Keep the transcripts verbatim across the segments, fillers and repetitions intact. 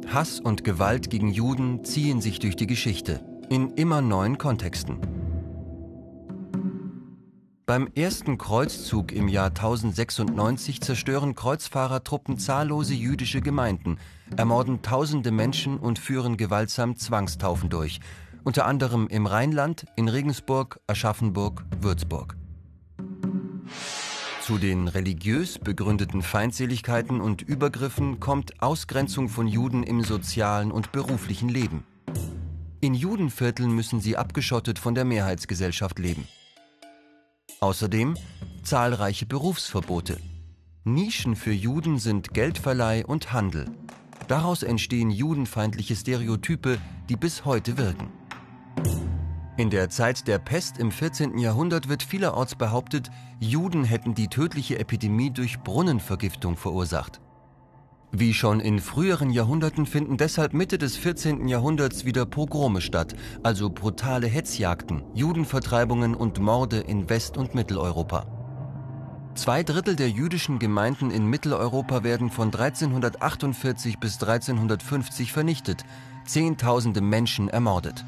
Hass und Gewalt gegen Juden ziehen sich durch die Geschichte, in immer neuen Kontexten. Beim ersten Kreuzzug im Jahr tausendsechsundneunzig zerstören Kreuzfahrertruppen zahllose jüdische Gemeinden, ermorden tausende Menschen und führen gewaltsam Zwangstaufen durch, unter anderem im Rheinland, in Regensburg, Aschaffenburg, Würzburg. Zu den religiös begründeten Feindseligkeiten und Übergriffen kommt Ausgrenzung von Juden im sozialen und beruflichen Leben. In Judenvierteln müssen sie abgeschottet von der Mehrheitsgesellschaft leben. Außerdem zahlreiche Berufsverbote. Nischen für Juden sind Geldverleih und Handel. Daraus entstehen judenfeindliche Stereotype, die bis heute wirken. In der Zeit der Pest im vierzehnten Jahrhundert wird vielerorts behauptet, Juden hätten die tödliche Epidemie durch Brunnenvergiftung verursacht. Wie schon in früheren Jahrhunderten finden deshalb Mitte des vierzehnten Jahrhunderts wieder Pogrome statt, also brutale Hetzjagden, Judenvertreibungen und Morde in West- und Mitteleuropa. Zwei Drittel der jüdischen Gemeinden in Mitteleuropa werden von dreizehnhundertachtundvierzig bis dreizehnhundertfünfzig vernichtet, Zehntausende Menschen ermordet.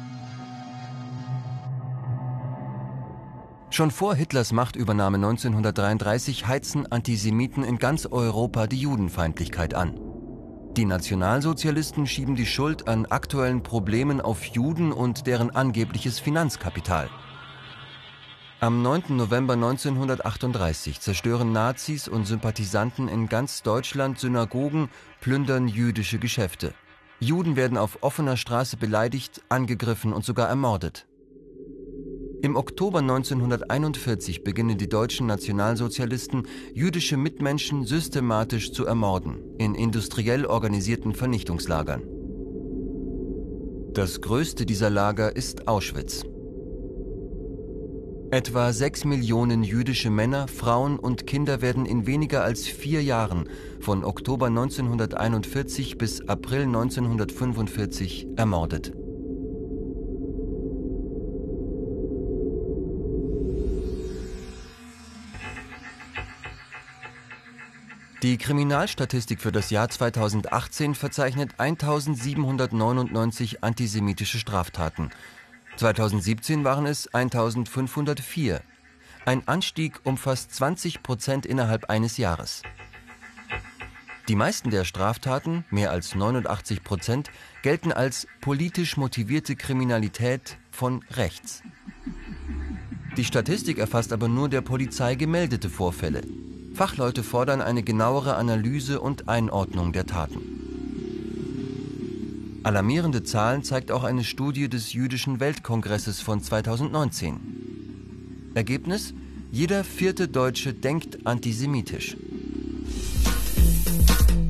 Schon vor Hitlers Machtübernahme neunzehnhundertdreiunddreißig heizen Antisemiten in ganz Europa die Judenfeindlichkeit an. Die Nationalsozialisten schieben die Schuld an aktuellen Problemen auf Juden und deren angebliches Finanzkapital. Am neunten November neunzehnhundertachtunddreißig zerstören Nazis und Sympathisanten in ganz Deutschland Synagogen, plündern jüdische Geschäfte. Juden werden auf offener Straße beleidigt, angegriffen und sogar ermordet. Im Oktober neunzehnhunderteinundvierzig beginnen die deutschen Nationalsozialisten, jüdische Mitmenschen systematisch zu ermorden, in industriell organisierten Vernichtungslagern. Das größte dieser Lager ist Auschwitz. Etwa sechs Millionen jüdische Männer, Frauen und Kinder werden in weniger als vier Jahren, von Oktober neunzehnhunderteinundvierzig bis April neunzehnhundertfünfundvierzig, ermordet. Die Kriminalstatistik für das Jahr zweitausendachtzehn verzeichnet eintausendsiebenhundertneunundneunzig antisemitische Straftaten. zweitausendsiebzehn waren es eintausendfünfhundertvier. Ein Anstieg um fast zwanzig Prozent innerhalb eines Jahres. Die meisten der Straftaten, mehr als neunundachtzig Prozent, gelten als politisch motivierte Kriminalität von rechts. Die Statistik erfasst aber nur der Polizei gemeldete Vorfälle. Fachleute fordern eine genauere Analyse und Einordnung der Taten. Alarmierende Zahlen zeigt auch eine Studie des Jüdischen Weltkongresses von zweitausendneunzehn. Ergebnis: Jeder vierte Deutsche denkt antisemitisch.